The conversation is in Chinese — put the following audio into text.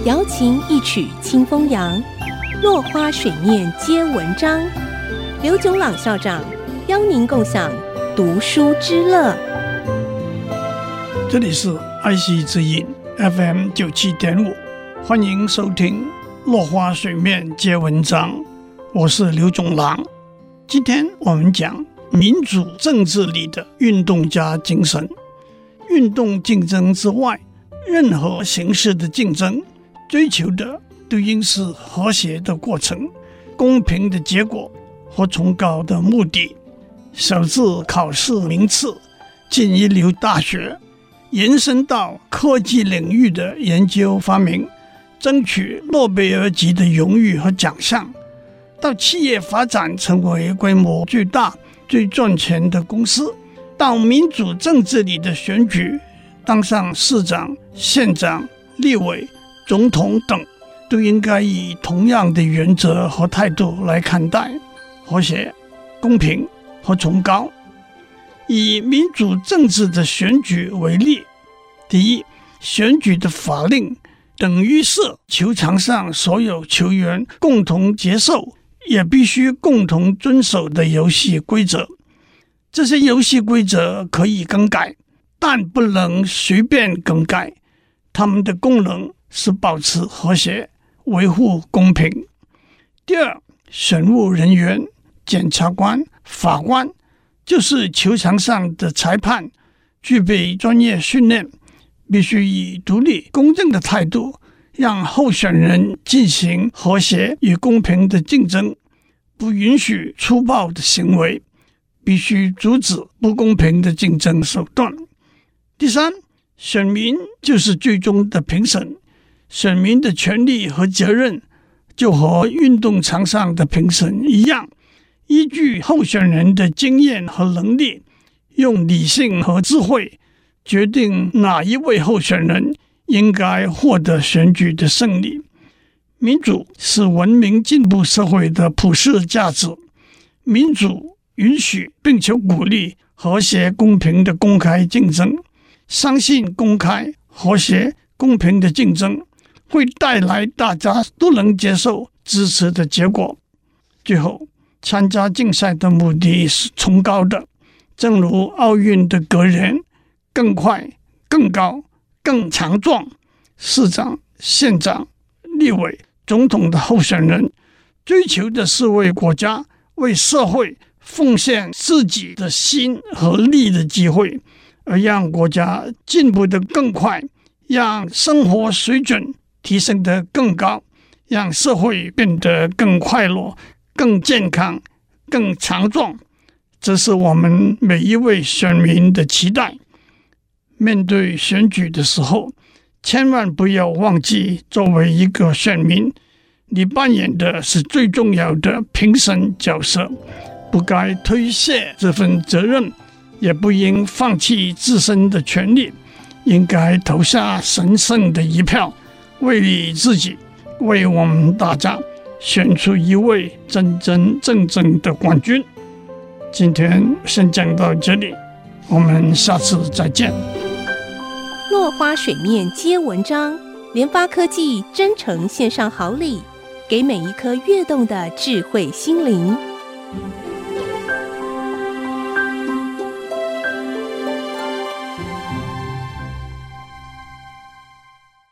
瑶琴一曲清风扬，落花水面皆文章。刘炯朗校长邀您共享读书之乐。 这里是爱惜之音 FM 97.5，欢迎收听落花水面皆文章，我是刘炯朗。今天我们讲民主政治里的运动家精神。运动竞争之外，任何形式的竞争追求的都应是和谐的过程、公平的结果和崇高的目的。小至考试名次，进一流大学，延伸到科技领域的研究发明，争取诺贝尔级的荣誉和奖项，到企业发展成为规模最大、最赚钱的公司，到民主政治里的选举，当上市长、县长、立委、总统等，都应该以同样的原则和态度来看待，和谐、公平和崇高。以民主政治的选举为例，第一，选举的法令等于是球场上所有球员共同接受，也必须共同遵守的游戏规则。这些游戏规则可以更改，但不能随便更改。它们的功能是保持和谐，维护公平。第二，选务人员、检察官、法官就是球场上的裁判，具备专业训练，必须以独立公正的态度让候选人进行和谐与公平的竞争，不允许粗暴的行为，必须阻止不公平的竞争手段。第三，选民就是最终的评审，选民的权利和责任就和运动场上的评审一样，依据候选人的经验和能力，用理性和智慧决定哪一位候选人应该获得选举的胜利。民主是文明进步社会的普世价值，民主允许并且鼓励和谐公平的公开竞争，相信公开、和谐、公平的竞争会带来大家都能接受、支持的结果。最后，参加竞赛的目的是崇高的，正如奥运的格言：更快、更高、更强壮。市长、县长、立委、总统的候选人追求的是为国家、为社会奉献自己的心和力的机会，而让国家进步得更快，让生活水准提升得更高，让社会变得更快乐、更健康、更强壮。这是我们每一位选民的期待。面对选举的时候，千万不要忘记，作为一个选民，你扮演的是最重要的评审角色，不该推卸这份责任，也不应放弃自身的权利，应该投下神圣的一票，为你自己，为我们大家选出一位真真正正的冠军。今天先讲到这里，我们下次再见。 落花水面皆文章，联发科技真诚献上好礼，给每一颗跃动的智慧心灵。